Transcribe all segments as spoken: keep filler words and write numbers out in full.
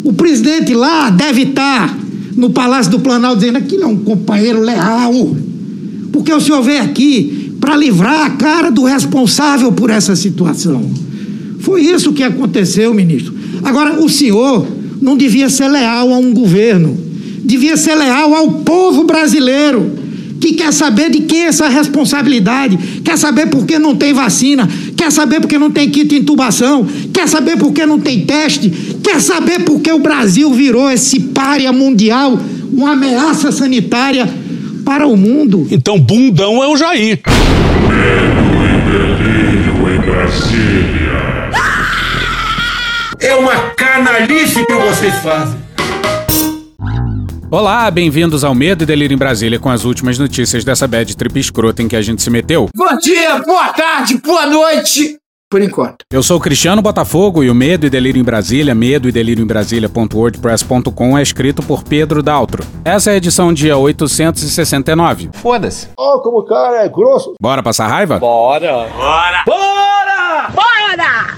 O presidente lá deve estar no Palácio do Planalto dizendo: aquilo é um companheiro leal, porque o senhor veio aqui para livrar a cara do responsável por essa situação. Foi isso que aconteceu, ministro. Agora, o senhor não devia ser leal a um governo, devia ser leal ao povo brasileiro, que quer saber de quem é essa responsabilidade, quer saber por que não tem vacina, quer saber por que não tem kit de intubação, quer saber por que não tem teste, quer saber por que o Brasil virou esse pária mundial, uma ameaça sanitária para o mundo. Então, bundão é o Jair. Medo e delírio em Brasília. É uma canalice que vocês fazem. Olá, bem-vindos ao Medo e Delírio em Brasília com as últimas notícias dessa bad trip escrota em que a gente se meteu. Bom dia, boa tarde, boa noite, por enquanto. Eu sou o Cristiano Botafogo e o Medo e Delírio em Brasília, medo e delírio em brasília ponto wordpress ponto com, é escrito por Pedro Daltro. Essa é a edição dia oitocentos e sessenta e nove. Foda-se. Ó, oh, como o cara é grosso. Bora passar raiva? Bora. Bora. Bora. Bora!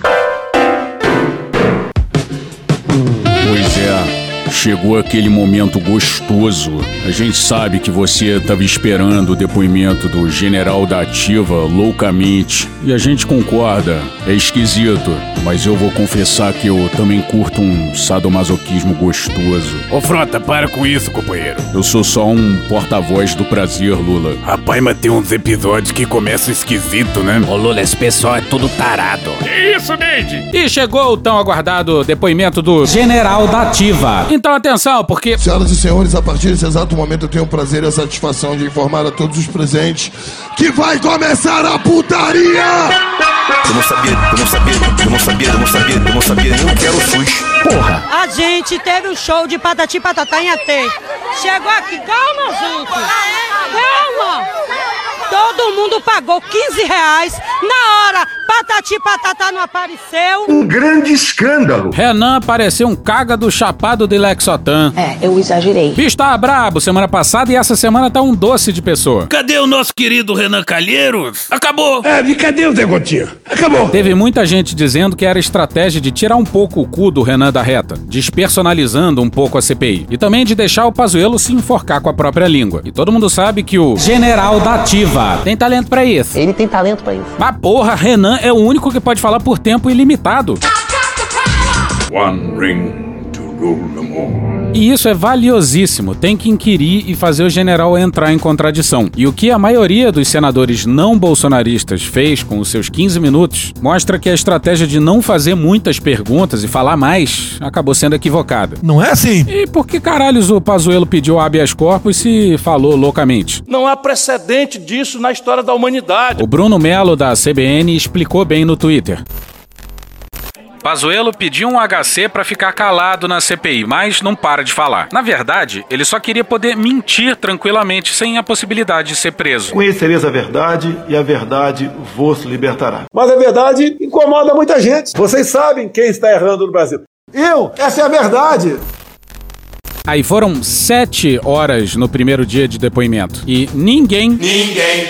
Pois é. Chegou aquele momento gostoso. A gente sabe que você estava esperando o depoimento do general da ativa loucamente. E a gente concorda, é esquisito. Mas eu vou confessar que eu também curto um sadomasoquismo gostoso. Ô Frota, para com isso, companheiro. Eu sou só um porta-voz do prazer, Lula. Rapaz, mas tem uns episódios que começam esquisito, né? Ô Lula, esse pessoal é tudo tarado. Que isso, Neide? E chegou o tão aguardado depoimento do general da ativa. Então atenção, porque... Senhoras e senhores, a partir desse exato momento eu tenho o prazer e a satisfação de informar a todos os presentes que vai começar a putaria! Eu não sabia, eu não sabia, eu não sabia, eu não sabia, eu não sabia nem o que era o SUS. Porra! A gente teve um show de Patati Patatá em Atê. Chegou aqui, calma, gente! Calma! Todo mundo pagou quinze reais na hora. Patati Patatá não apareceu. Um grande escândalo. Renan pareceu um caga do chapado de Lexotan. É, eu exagerei. Bicho tava brabo semana passada e essa semana tá um doce de pessoa. Cadê o nosso querido Renan Calheiros? Acabou. É, e cadê o Zé Gotinha? Acabou. Teve muita gente dizendo que era estratégia de tirar um pouco o cu do Renan da reta, despersonalizando um pouco a C P I. E também de deixar o Pazuello se enforcar com a própria língua. E todo mundo sabe que o general da ativa tem talento pra isso. Ele tem talento pra isso. Mas porra, Renan é o único que pode falar por tempo ilimitado. One ring to rule them all. E isso é valiosíssimo, tem que inquirir e fazer o general entrar em contradição. E o que a maioria dos senadores não bolsonaristas fez com os seus quinze minutos mostra que a estratégia de não fazer muitas perguntas e falar mais acabou sendo equivocada. Não é assim? E por que caralhos o Pazuello pediu habeas corpus se falou loucamente? Não há precedente disso na história da humanidade. O Bruno Melo, da C B N, explicou bem no Twitter. Pazuello pediu um H C pra ficar calado na C P I, mas não para de falar. Na verdade, ele só queria poder mentir tranquilamente, sem a possibilidade de ser preso. Conhecereis a verdade e a verdade vos libertará. Mas a verdade incomoda muita gente. Vocês sabem quem está errando no Brasil. Eu, essa é a verdade. Aí foram sete horas no primeiro dia de depoimento. E ninguém... Ninguém...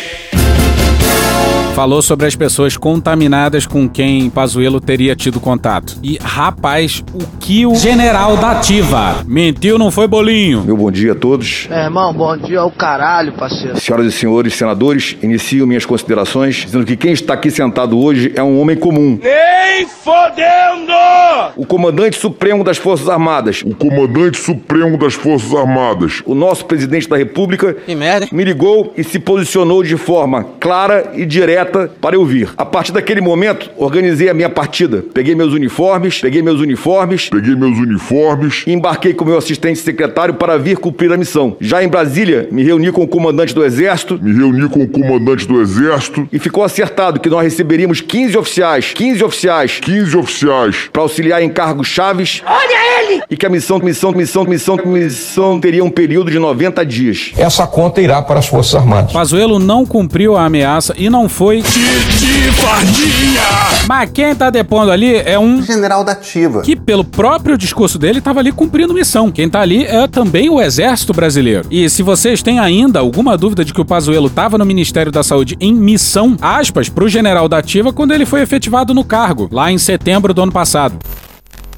falou sobre as pessoas contaminadas com quem Pazuello teria tido contato. E, rapaz, o que o general da ativa mentiu não foi bolinho. Meu bom dia a todos. É, irmão, bom dia ao caralho, parceiro. Senhoras e senhores senadores, inicio minhas considerações dizendo que quem está aqui sentado hoje é um homem comum. Nem fodendo! O comandante supremo das Forças Armadas. O comandante supremo das Forças Armadas. O nosso presidente da República. Que merda, hein? Me ligou e se posicionou de forma clara e direta para eu vir. A partir daquele momento, organizei a minha partida. Peguei meus uniformes, peguei meus uniformes, peguei meus uniformes e embarquei com meu assistente secretário para vir cumprir a missão. Já em Brasília, me reuni com o comandante do Exército, me reuni com o comandante do Exército e ficou acertado que nós receberíamos quinze oficiais, quinze oficiais, quinze oficiais para auxiliar em cargos chaves. Olha ele! E que a missão, missão, missão, missão, missão teria um período de noventa dias. Essa conta irá para as Forças Armadas. Pazuello não cumpriu a ameaça e não foi Titi Fardinha! Mas quem tá depondo ali é um general da ativa, que pelo próprio discurso dele tava ali cumprindo missão. Quem tá ali é também o Exército Brasileiro. E se vocês têm ainda alguma dúvida de que o Pazuello tava no Ministério da Saúde em missão, aspas pro general da ativa quando ele foi efetivado no cargo, lá em setembro do ano passado.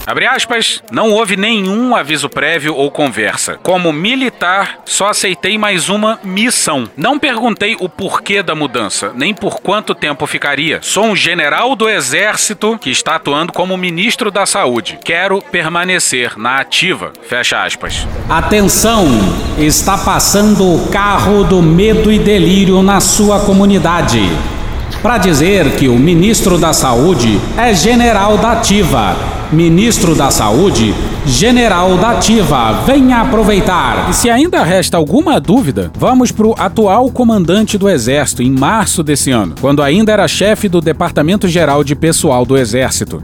Abre aspas, não houve nenhum aviso prévio ou conversa. Como militar, só aceitei mais uma missão. Não perguntei o porquê da mudança, nem por quanto tempo ficaria. Sou um general do Exército que está atuando como ministro da Saúde. Quero permanecer na ativa. Fecha aspas. Atenção! Está passando o carro do medo e delírio na sua comunidade. Para dizer que o ministro da Saúde é general da ativa. Ministro da Saúde, general da ativa. Venha aproveitar. E se ainda resta alguma dúvida, vamos para o atual comandante do Exército, em março desse ano, quando ainda era chefe do Departamento Geral de Pessoal do Exército.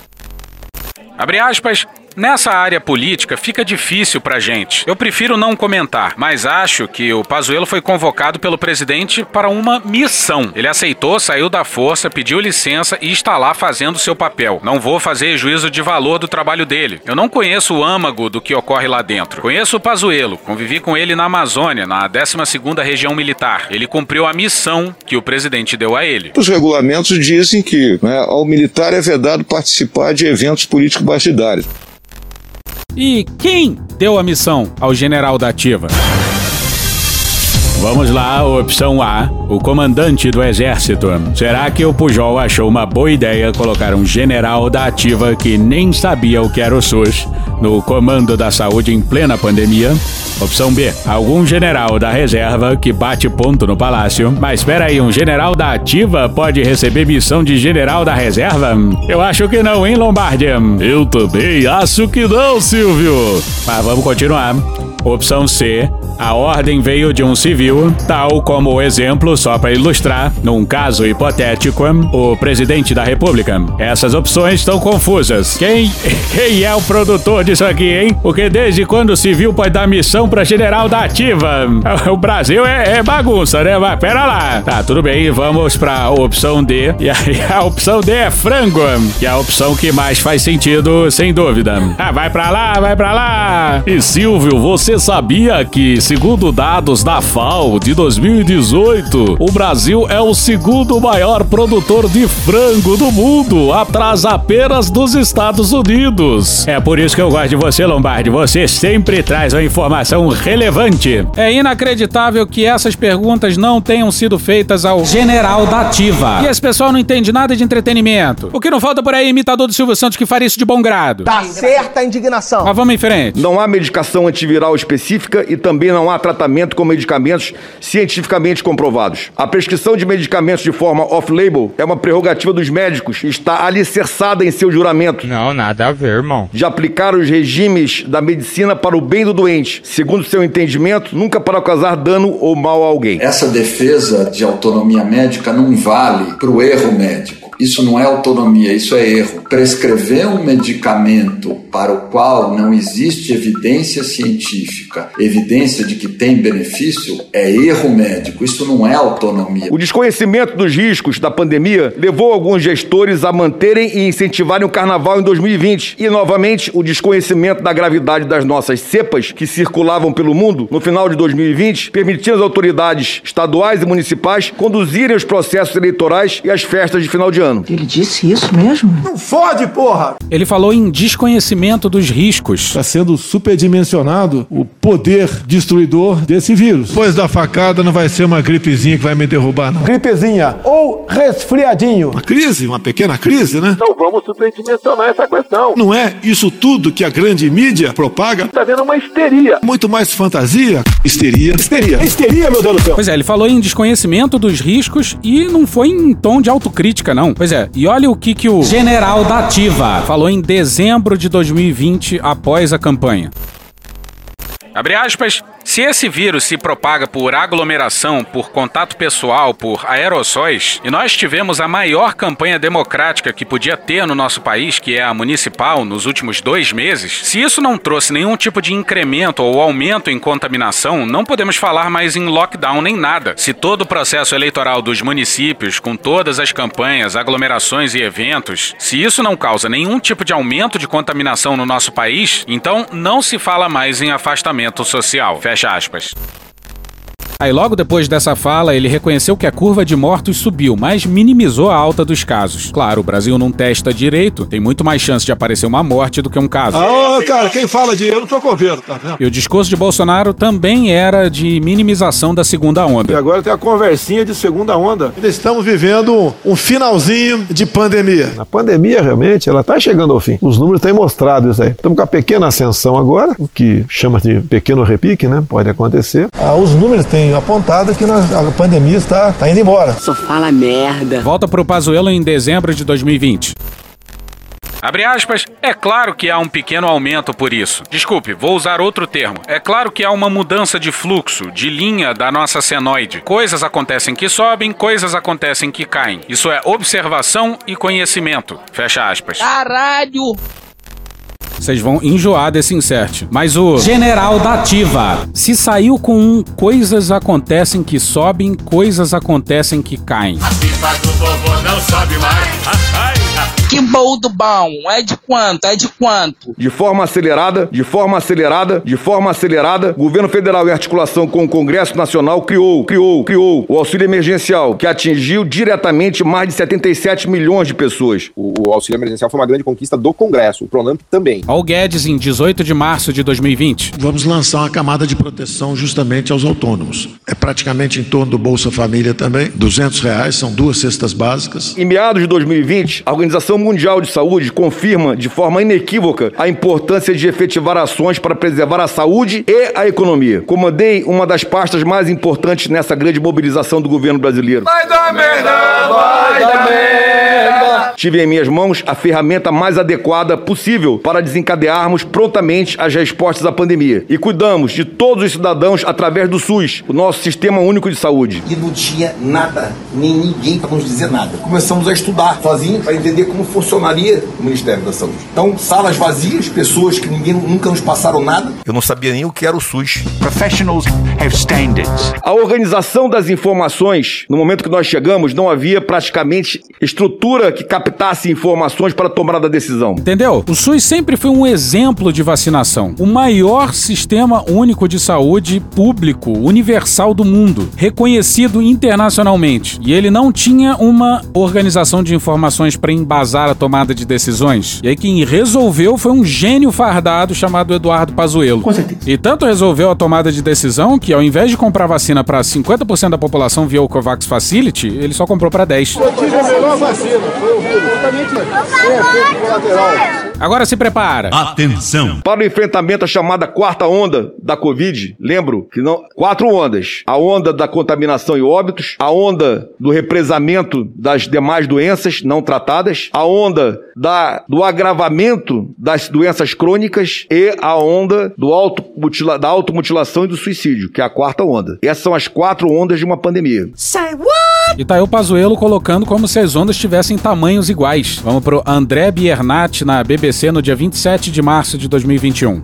Abre aspas. Nessa área política fica difícil pra gente. Eu prefiro não comentar, mas acho que o Pazuello foi convocado pelo presidente para uma missão. Ele aceitou, saiu da força, pediu licença e está lá fazendo seu papel. Não vou fazer juízo de valor do trabalho dele. Eu não conheço o âmago do que ocorre lá dentro. Conheço o Pazuello, convivi com ele na Amazônia, na décima segunda Região Militar. Ele cumpriu a missão que o presidente deu a ele. Os regulamentos dizem que, né, ao militar é vedado participar de eventos políticos partidários. E quem deu a missão ao general da ativa? Vamos lá, opção A, o comandante do Exército. Será que o Pujol achou uma boa ideia colocar um general da ativa que nem sabia o que era o SUS no comando da saúde em plena pandemia? Opção B, algum general da reserva que bate ponto no palácio. Mas espera aí, um general da ativa pode receber missão de general da reserva? Eu acho que não, hein, Lombardi? Eu também acho que não, Silvio. Mas vamos continuar. Opção C, a ordem veio de um civil, tal como o exemplo, só para ilustrar, num caso hipotético, o presidente da República. Essas opções estão confusas. Quem, quem é o produtor disso aqui, hein? Porque desde quando o civil pode dar missão para general da ativa? O Brasil é, é bagunça, né? Mas pera lá. Tá, tudo bem, vamos pra opção D. E aí a opção D é frango, que é a opção que mais faz sentido, sem dúvida. Ah, vai pra lá, vai pra lá. E Silvio, você sabia que, segundo dados da FAO de dois mil e dezoito, o Brasil é o segundo maior produtor de frango do mundo, atrás apenas dos Estados Unidos? É por isso que eu gosto de você, Lombardi. Você sempre traz uma informação relevante. É inacreditável que essas perguntas não tenham sido feitas ao general da ativa. E esse pessoal não entende nada de entretenimento. O que não falta por aí é imitador do Silvio Santos que faria isso de bom grado. Tá certa a indignação. Mas vamos em frente. Não há medicação antiviral específica e também não há tratamento com medicamentos cientificamente comprovados. A prescrição de medicamentos de forma off-label é uma prerrogativa dos médicos e está alicerçada em seu juramento. Não, nada a ver, irmão. De aplicar os regimes da medicina para o bem do doente, segundo seu entendimento, nunca para causar dano ou mal a alguém. Essa defesa de autonomia médica não vale para o erro médico. Isso não é autonomia, isso é erro. Prescrever um medicamento para o qual não existe evidência científica, evidência de que tem benefício, é erro médico. Isso não é autonomia. O desconhecimento dos riscos da pandemia levou alguns gestores a manterem e incentivarem o carnaval em dois mil e vinte. E, novamente, o desconhecimento da gravidade das nossas cepas que circulavam pelo mundo no final de dois mil e vinte, permitindo às autoridades estaduais e municipais conduzirem os processos eleitorais e as festas de final de ano. Ele disse isso mesmo? Não fode, porra! Ele falou em desconhecimento dos riscos. Está sendo superdimensionado o poder destruidor desse vírus. Depois da facada não vai ser uma gripezinha que vai me derrubar, não. Gripezinha ou resfriadinho. Uma crise, uma pequena crise, né? Não vamos superdimensionar essa questão. Não é isso tudo que a grande mídia propaga? Está vendo uma histeria. Muito mais fantasia. Histeria. Histeria. Histeria, meu Deus do céu. Pois é, ele falou em desconhecimento dos riscos e não foi em tom de autocrítica, não. Pois é, e olha o que que o general da ativa falou em dezembro de dois mil e vinte, após a campanha. Abre aspas, se esse vírus se propaga por aglomeração, por contato pessoal, por aerossóis, e nós tivemos a maior campanha democrática que podia ter no nosso país, que é a municipal, nos últimos dois meses, se isso não trouxe nenhum tipo de incremento ou aumento em contaminação, não podemos falar mais em lockdown nem nada. Se todo o processo eleitoral dos municípios, com todas as campanhas, aglomerações e eventos, se isso não causa nenhum tipo de aumento de contaminação no nosso país, então não se fala mais em afastamento social. Fecha aspas. Aí logo depois dessa fala, ele reconheceu que a curva de mortos subiu, mas minimizou a alta dos casos. Claro, o Brasil não testa direito, tem muito mais chance de aparecer uma morte do que um caso. Ah, cara, quem fala de eu não sou governo, tá vendo? E o discurso de Bolsonaro também era de minimização da segunda onda. E agora tem a conversinha de segunda onda. Ainda estamos vivendo um finalzinho de pandemia. A pandemia, realmente, ela está chegando ao fim. Os números têm mostrado isso aí. Estamos com a pequena ascensão agora, o que chama de pequeno repique, né? Pode acontecer. Ah, os números têm apontado que nós, a pandemia está, está indo embora. Só fala merda. Volta pro Pazuello em dezembro de dois mil e vinte. Abre aspas, é claro que há um pequeno aumento por isso. Desculpe, vou usar outro termo. É claro que há uma mudança de fluxo, de linha da nossa senoide. Coisas acontecem que sobem, coisas acontecem que caem. Isso é observação e conhecimento. Fecha aspas. Caralho! Vocês vão enjoar desse insert. Mas o general da ativa se saiu com um coisas acontecem que sobem, coisas acontecem que caem. A pipa do vovô não sobe mais. Que boldo bom, é de quanto, é de quanto? De forma acelerada, de forma acelerada, de forma acelerada, o governo federal, em articulação com o Congresso Nacional, criou, criou, criou o auxílio emergencial, que atingiu diretamente mais de setenta e sete milhões de pessoas. O, o auxílio emergencial foi uma grande conquista do Congresso, o Pronamp também. Ao Guedes, em dezoito de março de dois mil e vinte. Vamos lançar uma camada de proteção justamente aos autônomos. É praticamente em torno do Bolsa Família também, duzentos reais, são duas cestas básicas. Em meados de dois mil e vinte, a Organização Mundial de Saúde confirma de forma inequívoca a importância de efetivar ações para preservar a saúde e a economia. Comandei uma das pastas mais importantes nessa grande mobilização do governo brasileiro. Vai dar merda, vai dar merda. Tive em minhas mãos a ferramenta mais adequada possível para desencadearmos prontamente as respostas à pandemia. E cuidamos de todos os cidadãos através do SUS, o nosso Sistema Único de Saúde. E não tinha nada, nem ninguém para nos dizer nada. Começamos a estudar sozinhos para entender como funcionaria o Ministério da Saúde. Então, salas vazias, pessoas que ninguém, nunca nos passaram nada. Eu não sabia nem o que era o SUS. Professionals have standards. A organização das informações, no momento que nós chegamos, não havia praticamente estrutura que captasse informações para tomar a decisão. Entendeu? O SUS sempre foi um exemplo de vacinação. O maior sistema único de saúde público, universal do mundo, reconhecido internacionalmente. E ele não tinha uma organização de informações para embasar a tomada de decisões. E aí quem resolveu foi um gênio fardado chamado Eduardo Pazuello. Com certeza. E tanto resolveu a tomada de decisão que, ao invés de comprar vacina para cinquenta por cento da população via o COVAX Facility, ele só comprou para dez por cento. Eu tive a melhor vacina, foi o vírus. Sem efeito colateral. Agora se prepara. Atenção. Para o enfrentamento à chamada quarta onda da Covid, lembro que não... Quatro ondas. A onda da contaminação e óbitos, a onda do represamento das demais doenças não tratadas, a onda da, do agravamento das doenças crônicas e a onda do automutila, da automutilação e do suicídio, que é a quarta onda. Essas são as quatro ondas de uma pandemia. Say what? E tá aí o Pazuello colocando como se as ondas tivessem tamanhos iguais. Vamos pro André Biernat na B B C no dia vinte e sete de março de dois mil e vinte e um.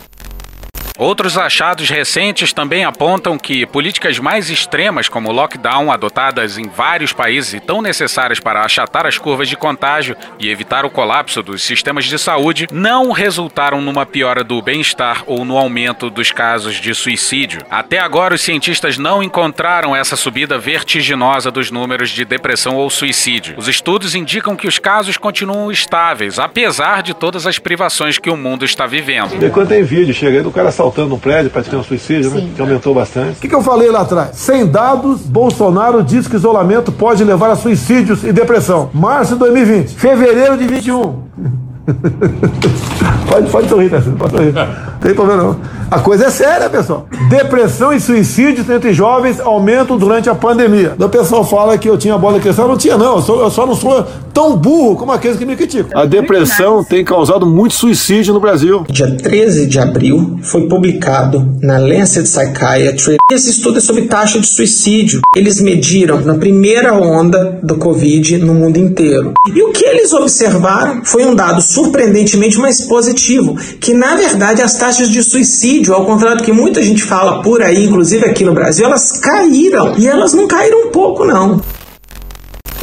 Outros achados recentes também apontam que políticas mais extremas, como o lockdown, adotadas em vários países e tão necessárias para achatar as curvas de contágio e evitar o colapso dos sistemas de saúde, não resultaram numa piora do bem-estar ou no aumento dos casos de suicídio. Até agora, os cientistas não encontraram essa subida vertiginosa dos números de depressão ou suicídio. Os estudos indicam que os casos continuam estáveis, apesar de todas as privações que o mundo está vivendo. E quando tem vídeo, chega aí do cara saltando no prédio praticando suicídio, né? Que aumentou bastante. O que, que eu falei lá atrás? Sem dados, Bolsonaro diz que isolamento pode levar a suicídios e depressão. Março de dois mil e vinte. Fevereiro de vinte e um. pode, pode sorrir, tá? Pode sorrir. Não tem problema não. A coisa é séria, pessoal. Depressão e suicídios entre jovens aumentam durante a pandemia. O pessoal fala que eu tinha bola de cristal. Eu não tinha, não. Eu, sou, eu só não sou tão burro como aqueles que me criticam. A depressão tem causado muito suicídio no Brasil. Dia treze de abril foi publicado na Lancet Psychiatry. Esse estudo é sobre taxa de suicídio. Eles mediram na primeira onda do Covid no mundo inteiro. E o que eles observaram foi um dado surpreendentemente mais positivo, que na verdade as taxas de suicídio, ao contrário do que muita gente fala por aí, inclusive aqui no Brasil, elas caíram. E elas não caíram um pouco, não.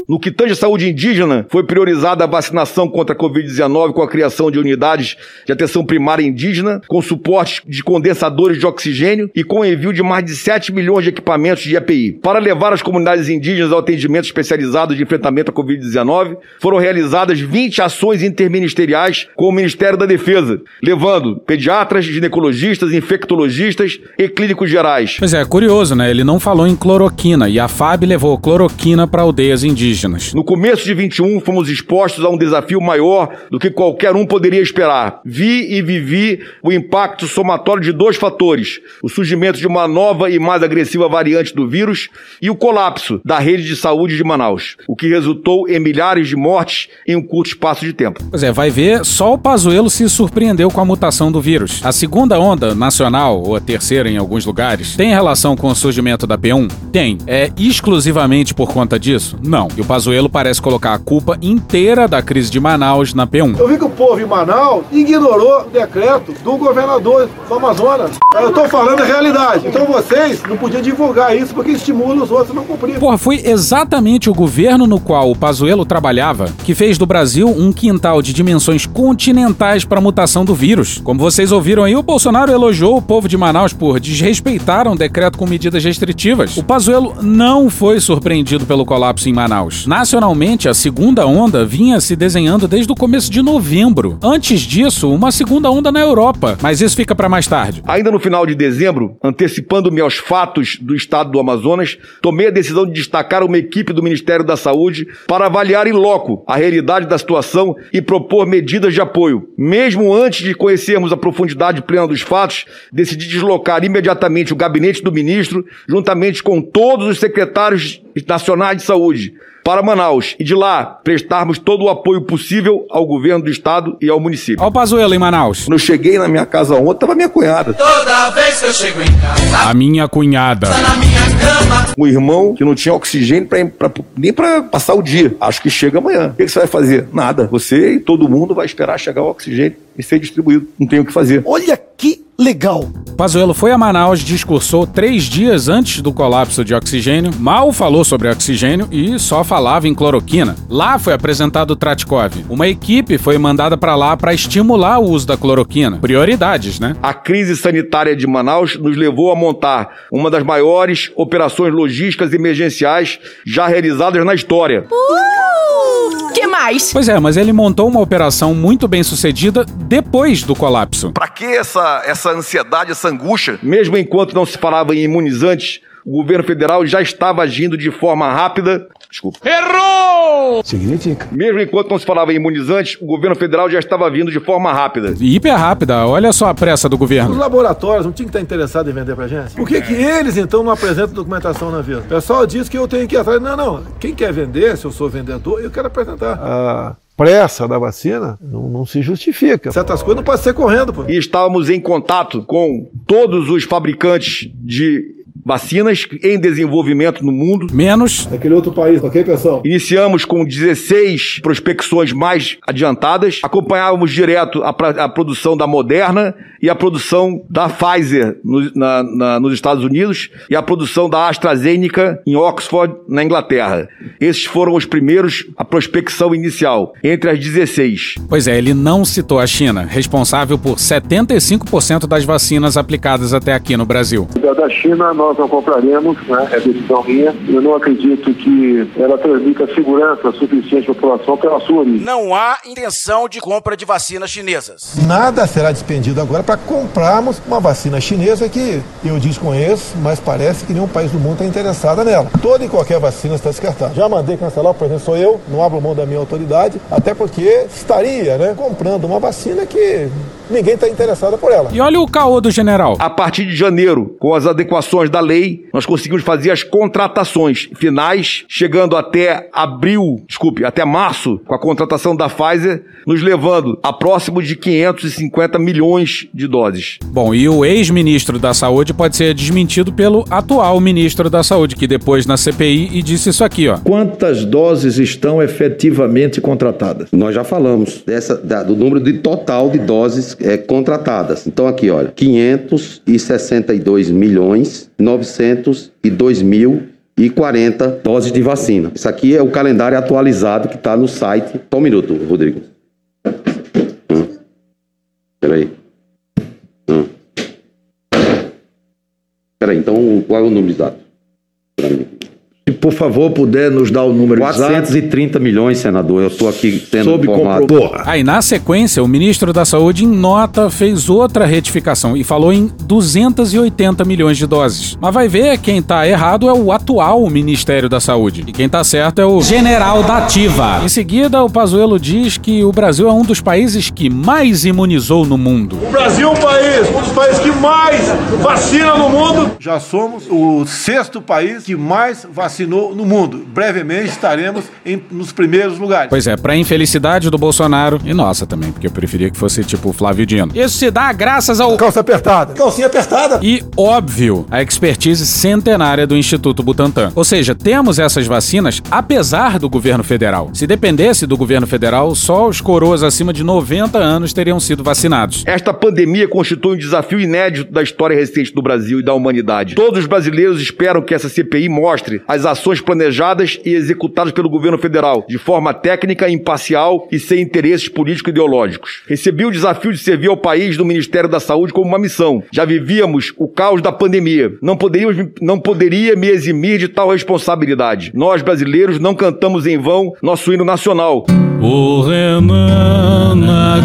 No que tange à saúde indígena, foi priorizada a vacinação contra a covid dezenove com a criação de unidades de atenção primária indígena, com suporte de condensadores de oxigênio e com envio de mais de sete milhões de equipamentos de E P I. Para levar as comunidades indígenas ao atendimento especializado de enfrentamento à covid dezenove, foram realizadas vinte ações interministeriais com o Ministério da Defesa, levando pediatras, ginecologistas, infectologistas e clínicos gerais. Pois é, curioso, né? Ele não falou em cloroquina e a F A B levou cloroquina para aldeias indígenas. No começo de vinte e um, fomos expostos a um desafio maior do que qualquer um poderia esperar. Vi e vivi o impacto somatório de dois fatores: o surgimento de uma nova e mais agressiva variante do vírus e o colapso da rede de saúde de Manaus, o que resultou em milhares de mortes em um curto espaço de tempo. Pois é, vai ver, só o Pazuello se surpreendeu com a mutação do vírus. A segunda onda nacional, ou a terceira em alguns lugares, tem relação com o surgimento da P um? Tem. É exclusivamente por conta disso? Não. E o Pazuello parece colocar a culpa inteira da crise de Manaus na P um. Eu vi que o povo em Manaus ignorou o decreto do governador do Amazonas. Eu tô falando a realidade. Então vocês não podiam divulgar isso porque estimula os outros a não cumprir. Porra, foi exatamente o governo no qual o Pazuello trabalhava que fez do Brasil um quintal de dimensões continentais para a mutação do vírus. Como vocês ouviram aí, o Bolsonaro elogiou o povo de Manaus por desrespeitar um decreto com medidas restritivas. O Pazuello não foi surpreendido pelo colapso em Manaus. Nacionalmente, a segunda onda vinha se desenhando desde o começo de novembro. Antes disso, uma segunda onda na Europa. Mas isso fica para mais tarde. Ainda no final de dezembro, antecipando-me aos fatos do estado do Amazonas, tomei a decisão de destacar uma equipe do Ministério da Saúde para avaliar em loco a realidade da situação e propor medidas de apoio. Mesmo antes de conhecermos a profundidade plena dos fatos, decidi deslocar imediatamente o gabinete do ministro, juntamente com todos os secretários nacionais de saúde, para Manaus, e de lá prestarmos todo o apoio possível ao governo do estado e ao município. Olha o Pazuello em Manaus. Quando eu cheguei na minha casa ontem, tava minha cunhada. Toda vez que eu chego em casa, a minha cunhada. tá na minha cama. Um irmão que não tinha oxigênio pra, pra, nem pra passar o dia. Acho que chega amanhã. O que, que você vai fazer? Nada. Você e todo mundo vai esperar chegar o oxigênio e ser distribuído. Não tem o que fazer. Olha que legal. Pazuello foi a Manaus, discursou três dias antes do colapso de oxigênio, mal falou sobre oxigênio e só falava em cloroquina. Lá foi apresentado o Tratkov. Uma equipe foi mandada para lá para estimular o uso da cloroquina. Prioridades, né? A crise sanitária de Manaus nos levou a montar uma das maiores operações logísticas emergenciais já realizadas na história. Uh! Que mais? Pois é, mas ele montou uma operação muito bem sucedida depois do colapso. Pra que essa, essa ansiedade, essa angústia? Mesmo enquanto não se falava em imunizantes, o governo federal já estava agindo de forma rápida. Desculpa. Errou! Significa. Mesmo enquanto não se falava em imunizantes, o governo federal já estava vindo de forma rápida. Hiper rápida, olha só a pressa do governo. Os laboratórios não tinham que estar interessados em vender pra gente? Por que que eles, então, não apresentam documentação na Visa? O pessoal diz que eu tenho que ir atrás. Não, não. Quem quer vender, se eu sou vendedor, eu quero apresentar. A pressa da vacina não, não se justifica. Certas coisas não podem ser correndo, pô. E estávamos em contato com todos os fabricantes de vacinas em desenvolvimento no mundo. Menos aquele outro país, ok, pessoal? Iniciamos com dezesseis prospecções mais adiantadas. Acompanhávamos direto a, a produção da Moderna e a produção da Pfizer no, na, na, nos Estados Unidos e a produção da AstraZeneca em Oxford, na Inglaterra. Esses foram os primeiros, a prospecção inicial, entre as dezesseis. Pois é, ele não citou a China, responsável por setenta e cinco por cento das vacinas aplicadas até aqui no Brasil. Da China, nós não compraremos, né? É decisão minha. Eu não acredito que ela transmita segurança suficiente à população pela sua origem. Não há intenção de compra de vacinas chinesas. Nada será despendido agora para comprarmos uma vacina chinesa que eu desconheço, mas parece que nenhum país do mundo está interessado nela. Toda e qualquer vacina está descartada. Já mandei cancelar, por exemplo, sou eu, não abro mão da minha autoridade, até porque estaria, né, comprando uma vacina que ninguém está interessado por ela. E olha o caô do general. A partir de janeiro, com as adequações da lei, nós conseguimos fazer as contratações finais, chegando até abril, desculpe, até março, com a contratação da Pfizer, nos levando a próximo de quinhentos e cinquenta milhões de doses. Bom, e o ex-ministro da Saúde pode ser desmentido pelo atual ministro da Saúde, que depois na C P I e disse isso aqui, ó. Quantas doses estão efetivamente contratadas? Nós já falamos dessa, da, do número de total de doses é, contratadas. Então aqui, olha, quinhentos e sessenta e dois milhões, novecentos e dois mil e quarenta doses de vacina. Isso aqui é o calendário atualizado que está no site. Só um minuto, Rodrigo. Hum. Peraí. Hum. Peraí, então qual é o número exato? Se por favor puder nos dar o número quatrocentos e trinta exato. milhões, senador. Eu estou aqui tendo Sob informado. compro... Aí, na sequência, o ministro da Saúde, em nota, fez outra retificação e falou em duzentos e oitenta milhões de doses. Mas vai ver, quem tá errado é o atual Ministério da Saúde. E quem tá certo é o General da Ativa. Em seguida, o Pazuello diz que o Brasil é um dos países que mais imunizou no mundo. O Brasil é um país, um dos países que mais vacina no mundo. Já somos o sexto país que mais vacinou no mundo. Brevemente estaremos em, nos primeiros lugares. Pois é, pra infelicidade do Bolsonaro, e nossa também, porque eu preferia que fosse tipo o Flávio Dino. Isso se dá graças ao... Calça apertada. Calcinha apertada. E, óbvio, a expertise centenária do Instituto Butantan. Ou seja, temos essas vacinas apesar do governo federal. Se dependesse do governo federal, só os coroas acima de noventa anos teriam sido vacinados. Esta pandemia constitui um desafio inédito da história recente do Brasil e da humanidade. Todos os brasileiros esperam que essa C P I mostre as ações planejadas e executadas pelo governo federal, de forma técnica, imparcial e sem interesses político-ideológicos. Recebi o desafio de servir ao país do Ministério da Saúde como uma missão. Já vivíamos o caos da pandemia. Não poderíamos, não poderia me eximir de tal responsabilidade. Nós, brasileiros, não cantamos em vão nosso hino nacional. O Renan na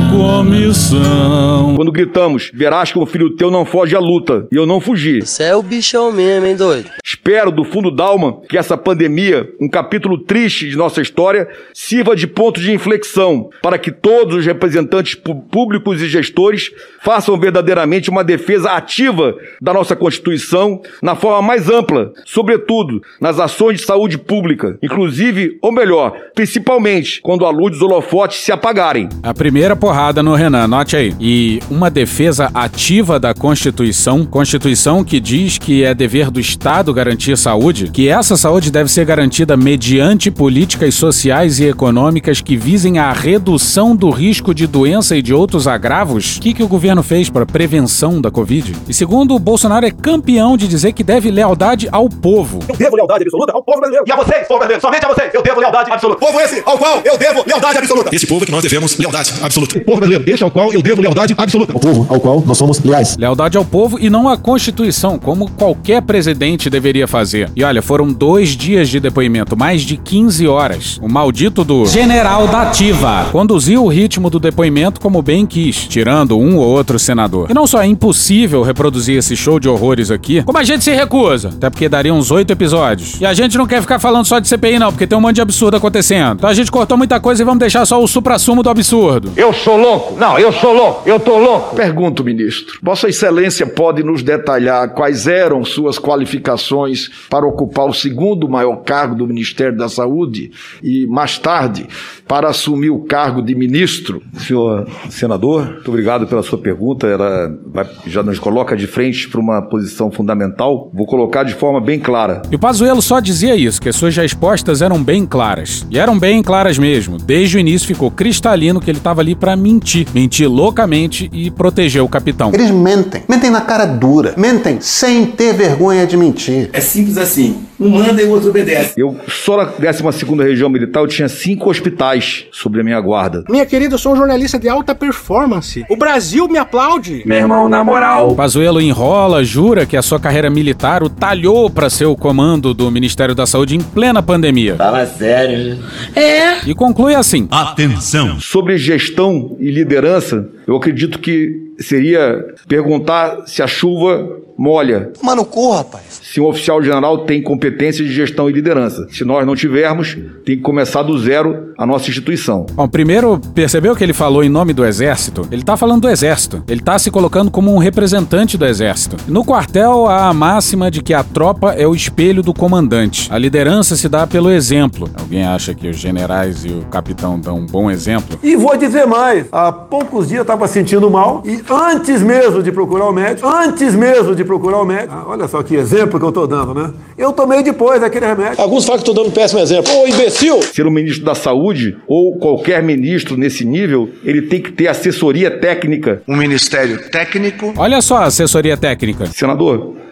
comissão. Quando gritamos, verás que um filho teu não foge à luta. E eu não fugi. Você é o bichão mesmo, hein, doido? Espero do fundo da alma que essa pandemia, um capítulo triste de nossa história, sirva de ponto de inflexão para que todos os representantes públicos e gestores façam verdadeiramente uma defesa ativa da nossa Constituição na forma mais ampla, sobretudo nas ações de saúde pública, inclusive, ou melhor, principalmente quando a luz dos holofotes se apagarem. A primeira porrada no Renan, note aí. E uma defesa ativa da Constituição, Constituição que diz que é dever do Estado garantir saúde, que essa saúde deve ser garantida mediante políticas sociais e econômicas que visem a redução do risco de doença e de outros agravos. O que, que o governo fez para prevenção da Covid? E segundo, o Bolsonaro é campeão de dizer que deve lealdade ao povo. Eu devo lealdade absoluta ao povo brasileiro. E a vocês, povo brasileiro, somente a vocês, eu devo lealdade absoluta. Povo esse ao qual eu devo lealdade absoluta. Esse povo que nós devemos lealdade absoluta. O povo brasileiro, este ao qual eu devo lealdade absoluta. O povo ao qual nós somos leais. Lealdade ao povo e não à Constituição, como qualquer presidente deveria fazer. E olha, foram dois dias de depoimento, mais de quinze horas. O maldito do General da Ativa conduziu o ritmo do depoimento como bem quis, tirando um ou outro senador. E não só é impossível reproduzir esse show de horrores aqui, como a gente se recusa, até porque daria uns oito episódios. E a gente não quer ficar falando só de C P I não, porque tem um monte de absurdo acontecendo. Então a gente cortou muita coisa e vamos deixar só o suprassumo do absurdo. Eu sou louco? Não, eu sou louco. Eu tô louco. Pergunto, ministro. Vossa Excelência pode nos detalhar quais eram suas qualificações para ocupar o segundo maior cargo do Ministério da Saúde e, mais tarde, para assumir o cargo de ministro? Senhor senador, muito obrigado pela sua pergunta. Ela vai, já nos coloca de frente para uma posição fundamental. Vou colocar de forma bem clara. E o Pazuello só dizia isso, que as suas respostas eram bem claras. E eram bem claras mesmo. Desde o início ficou cristalino que ele estava ali para mentir. Mentir loucamente e proteger o capitão. Eles mentem. Mentem na cara dura. Mentem sem ter vergonha de mentir. É simples assim. Um manda e o outro obedece. Eu, só na décima segunda Região Militar, eu tinha cinco hospitais sobre a minha guarda. Minha querida, eu sou um jornalista de alta performance. O Brasil me aplaude. Meu irmão, na moral. O Pazuello enrola, jura que a sua carreira militar o talhou para ser o comando do Ministério da Saúde em plena pandemia. Fala sério. É. E conclui assim. Atenção. Sobre gestão e liderança, eu acredito que seria perguntar se a chuva molha. Mas no cu, rapaz. Se um oficial general tem competência de gestão e liderança. Se nós não tivermos, tem que começar do zero a nossa instituição. Bom, primeiro, percebeu que ele falou em nome do Exército? Ele tá falando do Exército. Ele tá se colocando como um representante do Exército. No quartel, há a máxima de que a tropa é o espelho do comandante. A liderança se dá pelo exemplo. Alguém acha que os generais e o capitão dão um bom exemplo? E vou dizer mais. Há poucos dias eu estava sentindo mal e antes mesmo de procurar o médico, antes mesmo de procurar o médico, ah, olha só que exemplo que eu tô dando, né? Eu tomei depois daquele remédio. Alguns falam que tô dando um péssimo exemplo. Ô, imbecil! Ser um ministro da Saúde ou qualquer ministro nesse nível, ele tem que ter assessoria técnica. Um ministério técnico. Olha só a assessoria técnica. Senador,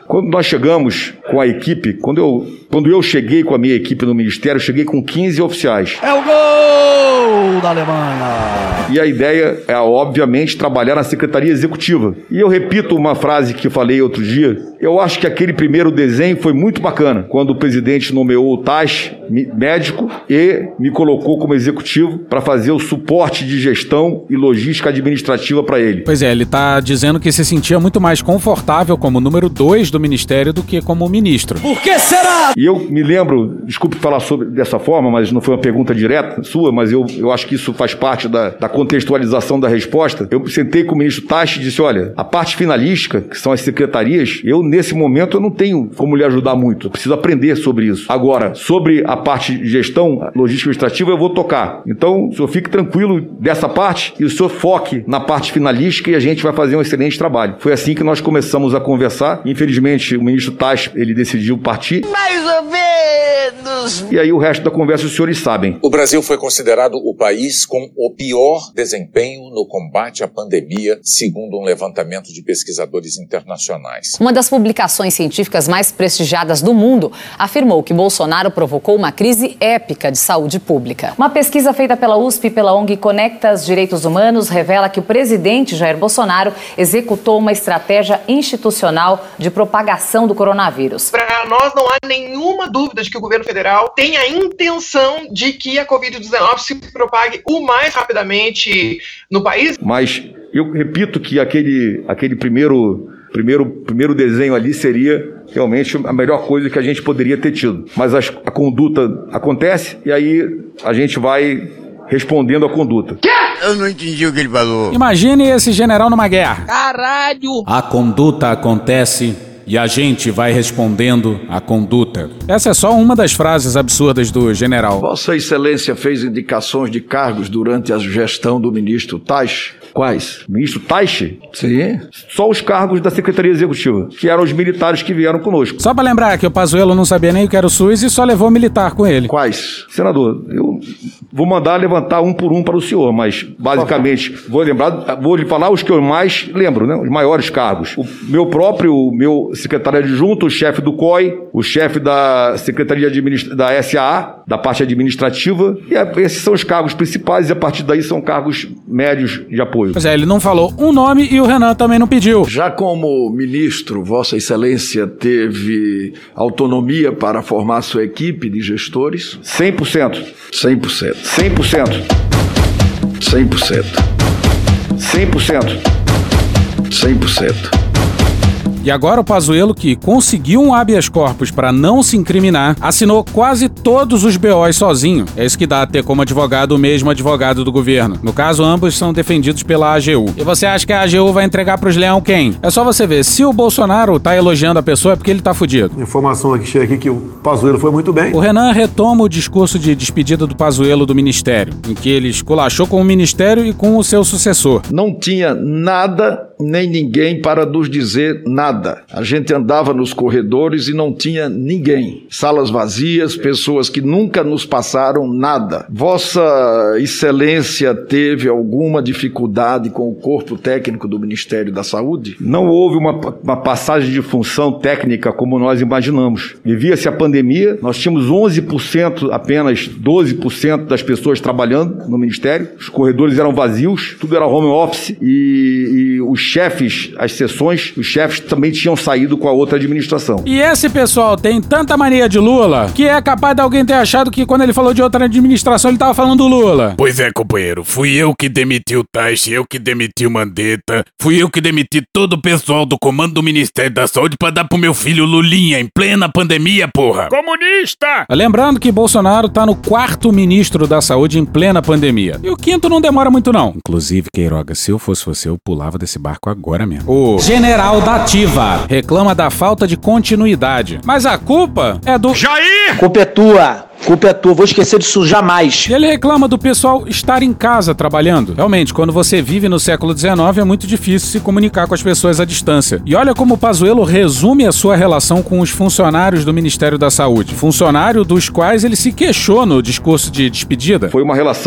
Quando nós chegamos com a equipe, quando eu, quando eu cheguei com a minha equipe no Ministério, eu cheguei com quinze oficiais. É o gol da Alemanha! E a ideia é, obviamente, trabalhar na Secretaria Executiva. E eu repito uma frase que eu falei outro dia. Eu acho que aquele primeiro desenho foi muito bacana, quando o presidente nomeou o Taixe, médico, e me colocou como executivo para fazer o suporte de gestão e logística administrativa para ele. Pois é, ele está dizendo que se sentia muito mais confortável como número dois do Ministério do que como ministro. Por que será? E eu me lembro, desculpe falar sobre dessa forma, mas não foi uma pergunta direta sua, mas eu, eu acho que isso faz parte da, da contextualização da resposta. Eu sentei com o ministro Taixe e disse, olha, a parte finalística, que são as secretarias, eu nesse momento eu não tenho como lhe ajudar muito, eu preciso aprender sobre isso. Agora, sobre a parte de gestão, logística administrativa, eu vou tocar. Então, o senhor fique tranquilo dessa parte e o senhor foque na parte finalística e a gente vai fazer um excelente trabalho. Foi assim que nós começamos a conversar. Infelizmente, o ministro Taixe, ele decidiu partir. Mais ou menos! E aí o resto da conversa os senhores sabem. O Brasil foi considerado o país com o pior desempenho no combate à pandemia, segundo um levantamento de pesquisadores internacionais. Uma das publicações científicas mais prestigiadas do mundo afirmou que Bolsonaro provocou uma crise épica de saúde pública. Uma pesquisa feita pela U S P e pela O N G Conectas Direitos Humanos revela que o presidente Jair Bolsonaro executou uma estratégia institucional de propagação do coronavírus. Para nós não há nenhuma dúvida de que o governo federal tem a intenção de que a covid dezenove se propague o mais rapidamente no país. Mas eu repito que aquele, aquele primeiro, primeiro, primeiro desenho ali seria realmente a melhor coisa que a gente poderia ter tido. Mas a, a conduta acontece e aí a gente vai respondendo à conduta. Eu não entendi o que ele falou. Imagine esse general numa guerra. Caralho! A conduta acontece e a gente vai respondendo à conduta. Essa é só uma das frases absurdas do general. Vossa Excelência fez indicações de cargos durante a gestão do ministro Taixe? Quais? Ministro Taixe? Sim. Só os cargos da Secretaria Executiva, que eram os militares que vieram conosco. Só pra lembrar que o Pazuello não sabia nem o que era o SUS e só levou militar com ele. Quais? Senador, eu vou mandar levantar um por um para o senhor, mas basicamente vou lembrar, vou lhe falar os que eu mais lembro, né? Os maiores cargos. O meu próprio, o meu secretário adjunto, o chefe do C O I, o chefe da Secretaria Administra- da S A A, da parte administrativa, e esses são os cargos principais e a partir daí são cargos médios de apoio. Pois é, ele não falou um nome e o Renan também não pediu. Já como ministro, Vossa Excelência teve autonomia para formar sua equipe de gestores? cem por cento. cem por cento. cem por cento. cem por cento. cem por cento. cem por cento. E agora o Pazuello, que conseguiu um habeas corpus para não se incriminar, assinou quase todos os B Os sozinho. É isso que dá a ter como advogado o mesmo advogado do governo. No caso, ambos são defendidos pela A G U. E você acha que a A G U vai entregar pros leão quem? É só você ver, se o Bolsonaro tá elogiando a pessoa é porque ele tá fudido. Informação que chega aqui que o Pazuello foi muito bem. O Renan retoma o discurso de despedida do Pazuello do ministério, em que ele esculachou com o ministério e com o seu sucessor. Não tinha nada nem ninguém para nos dizer nada. A gente andava nos corredores e não tinha ninguém. Salas vazias, pessoas que nunca nos passaram nada. Vossa Excelência teve alguma dificuldade com o corpo técnico do Ministério da Saúde? Não houve uma, uma passagem de função técnica como nós imaginamos. Vivia-se a pandemia, nós tínhamos onze por cento, apenas doze por cento das pessoas trabalhando no Ministério. Os corredores eram vazios, tudo era home office e, e os chefes, as sessões, os chefes também tinham saído com a outra administração. E esse pessoal tem tanta mania de Lula que é capaz de alguém ter achado que quando ele falou de outra administração ele tava falando do Lula. Pois é, companheiro, fui eu que demiti o Taixe, eu que demiti o Mandetta, fui eu que demiti todo o pessoal do comando do Ministério da Saúde pra dar pro meu filho Lulinha em plena pandemia, porra. Comunista! Lembrando que Bolsonaro tá no quarto ministro da Saúde em plena pandemia. E o quinto não demora muito não. Inclusive, Queiroga, se eu fosse você, eu pulava desse barco agora mesmo. O general da Ativa reclama da falta de continuidade. Mas a culpa é do Jair! Culpa é tua! Culpa é tua, vou esquecer disso jamais. Ele reclama do pessoal estar em casa trabalhando. Realmente, quando você vive no século dezenove, é muito difícil se comunicar com as pessoas à distância. E olha como o Pazuello resume a sua relação com os funcionários do Ministério da Saúde. Funcionário dos quais ele se queixou no discurso de despedida. Foi uma relação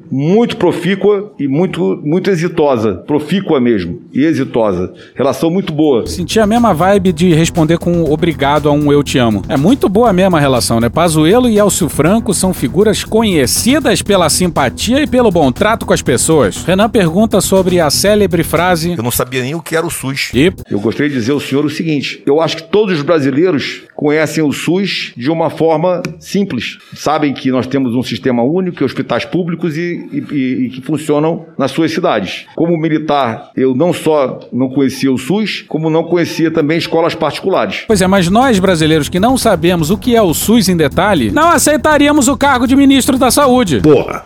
muito profícua e muito, muito exitosa. Profícua mesmo, e exitosa. Relação muito boa. Senti a mesma vibe de responder com obrigado a um eu te amo. É muito boa a mesma relação, né? Pazuello e Elcio Franco são figuras conhecidas pela simpatia e pelo bom trato com as pessoas. Renan pergunta sobre a célebre frase: eu não sabia nem o que era o SUS. E eu gostaria de dizer ao senhor o seguinte: eu acho que todos os brasileiros conhecem o SUS de uma forma simples. Sabem que nós temos um sistema único, hospitais públicos e, e, e que funcionam nas suas cidades. Como militar, eu não só não conhecia o SUS, como não conhecia também escolas particulares. Pois é, mas nós brasileiros que não sabemos o que é o SUS em detalhe, não aceitaríamos o cargo de ministro da Saúde. Porra!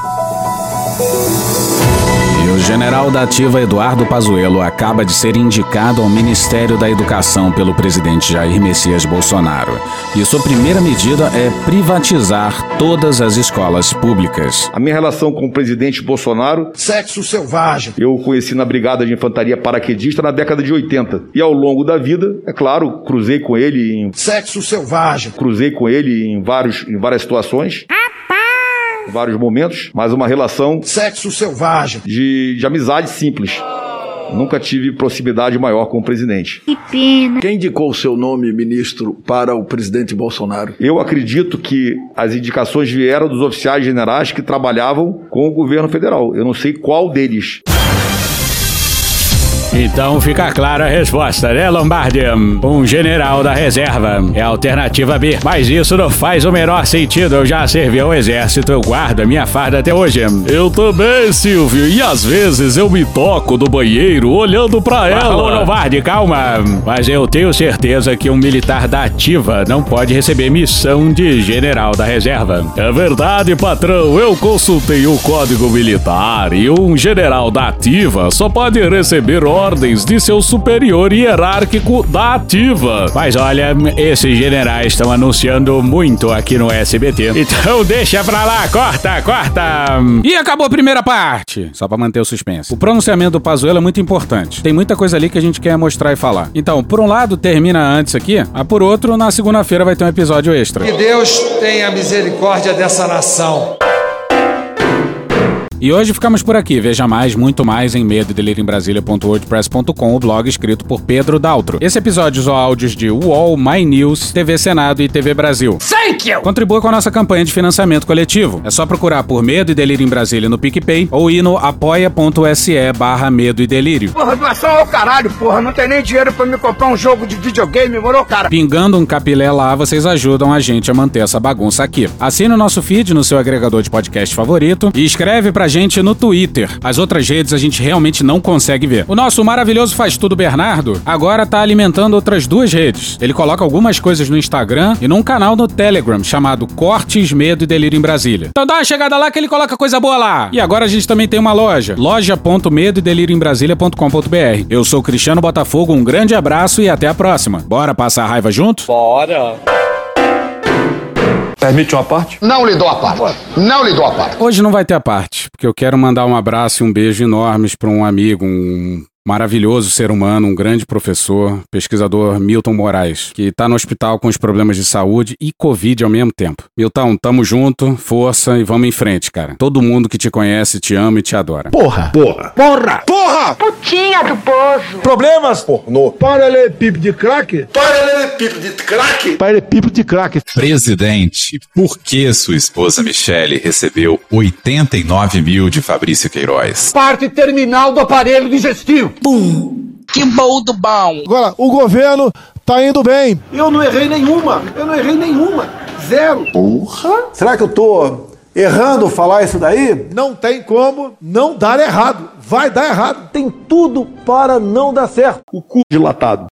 E o general da ativa Eduardo Pazuello acaba de ser indicado ao Ministério da Educação pelo presidente Jair Messias Bolsonaro. E sua primeira medida é privatizar todas as escolas públicas. A minha relação com o presidente Bolsonaro... Sexo selvagem. Eu o conheci na Brigada de Infantaria Paraquedista na década de oitenta. E ao longo da vida, é claro, cruzei com ele em... Sexo selvagem. Cruzei com ele em, vários, em várias situações. Vários momentos, mas uma relação sexo selvagem de, de amizade simples. Nunca tive proximidade maior com o presidente. Que pena. Quem indicou o seu nome, ministro, para o presidente Bolsonaro? Eu acredito que as indicações vieram dos oficiais generais que trabalhavam com o governo federal. Eu não sei qual deles. Então fica clara a resposta, né, Lombardi? Um general da reserva é a alternativa B. Mas isso não faz o menor sentido. Eu já servi ao exército, eu guardo a minha farda até hoje. Eu também, Silvio. E às vezes eu me toco do banheiro olhando pra ela. Ô, Lombardi, calma. Mas eu tenho certeza que um militar da ativa não pode receber missão de general da reserva. É verdade, patrão. Eu consultei o Código Militar e um general da ativa só pode receber ordens de seu superior hierárquico da ativa. Mas olha, esses generais estão anunciando muito aqui no S B T. Então deixa pra lá, corta, corta. E acabou a primeira parte. Só pra manter o suspense. O pronunciamento do Pazuello é muito importante. Tem muita coisa ali que a gente quer mostrar e falar. Então, por um lado, termina antes aqui, ah, por outro, na segunda-feira vai ter um episódio extra. Que Deus tenha misericórdia dessa nação. E hoje ficamos por aqui. Veja mais, muito mais em medo e delírio em brasília ponto wordpress ponto com, o blog escrito por Pedro Daltro. Esse episódio usou áudios de U O L, My News, T V Senado e T V Brasil. Thank you! Contribua com a nossa campanha de financiamento coletivo. É só procurar por Medo e Delírio em Brasília no PicPay ou ir no apoia.se barra Medo e Delírio. Porra, doação ao caralho, porra. Não tem nem dinheiro pra me comprar um jogo de videogame, moro, cara? Pingando um capilé lá, vocês ajudam a gente a manter essa bagunça aqui. Assine o nosso feed no seu agregador de podcast favorito e escreve pra gente no Twitter. As outras redes a gente realmente não consegue ver. O nosso maravilhoso Faz Tudo Bernardo agora tá alimentando outras duas redes. Ele coloca algumas coisas no Instagram e num canal no Telegram chamado Cortes, Medo e Delírio em Brasília. Então dá uma chegada lá que ele coloca coisa boa lá. E agora a gente também tem uma loja, loja ponto medo e delírio em brasília ponto com ponto br. Eu sou Cristiano Botafogo, um grande abraço e até a próxima. Bora passar a raiva junto? Bora! Permite uma parte? Não lhe dou a parte. Não lhe dou a parte. Hoje não vai ter a parte, porque eu quero mandar um abraço e um beijo enormes para um amigo, um maravilhoso ser humano, um grande professor, pesquisador Milton Moraes, que tá no hospital com os problemas de saúde e Covid ao mesmo tempo. Milton, tamo junto, força e vamos em frente, cara. Todo mundo que te conhece te ama e te adora. Porra! Porra! Porra! Porra! Putinha do poço. Problemas? Pornô. Paralelepípedo de crack? Paralelepípedo de crack? Paralelepípedo de crack. Presidente, por que sua esposa Michele recebeu oitenta e nove mil de Fabrício Queiroz? Parte terminal do aparelho digestivo. Bum! Que bom do bom! Agora, o governo tá indo bem. Eu não errei nenhuma. Eu não errei nenhuma. Zero. Porra! Será que eu tô errando falar isso daí? Não tem como não dar errado. Vai dar errado. Tem tudo para não dar certo. O cu dilatado.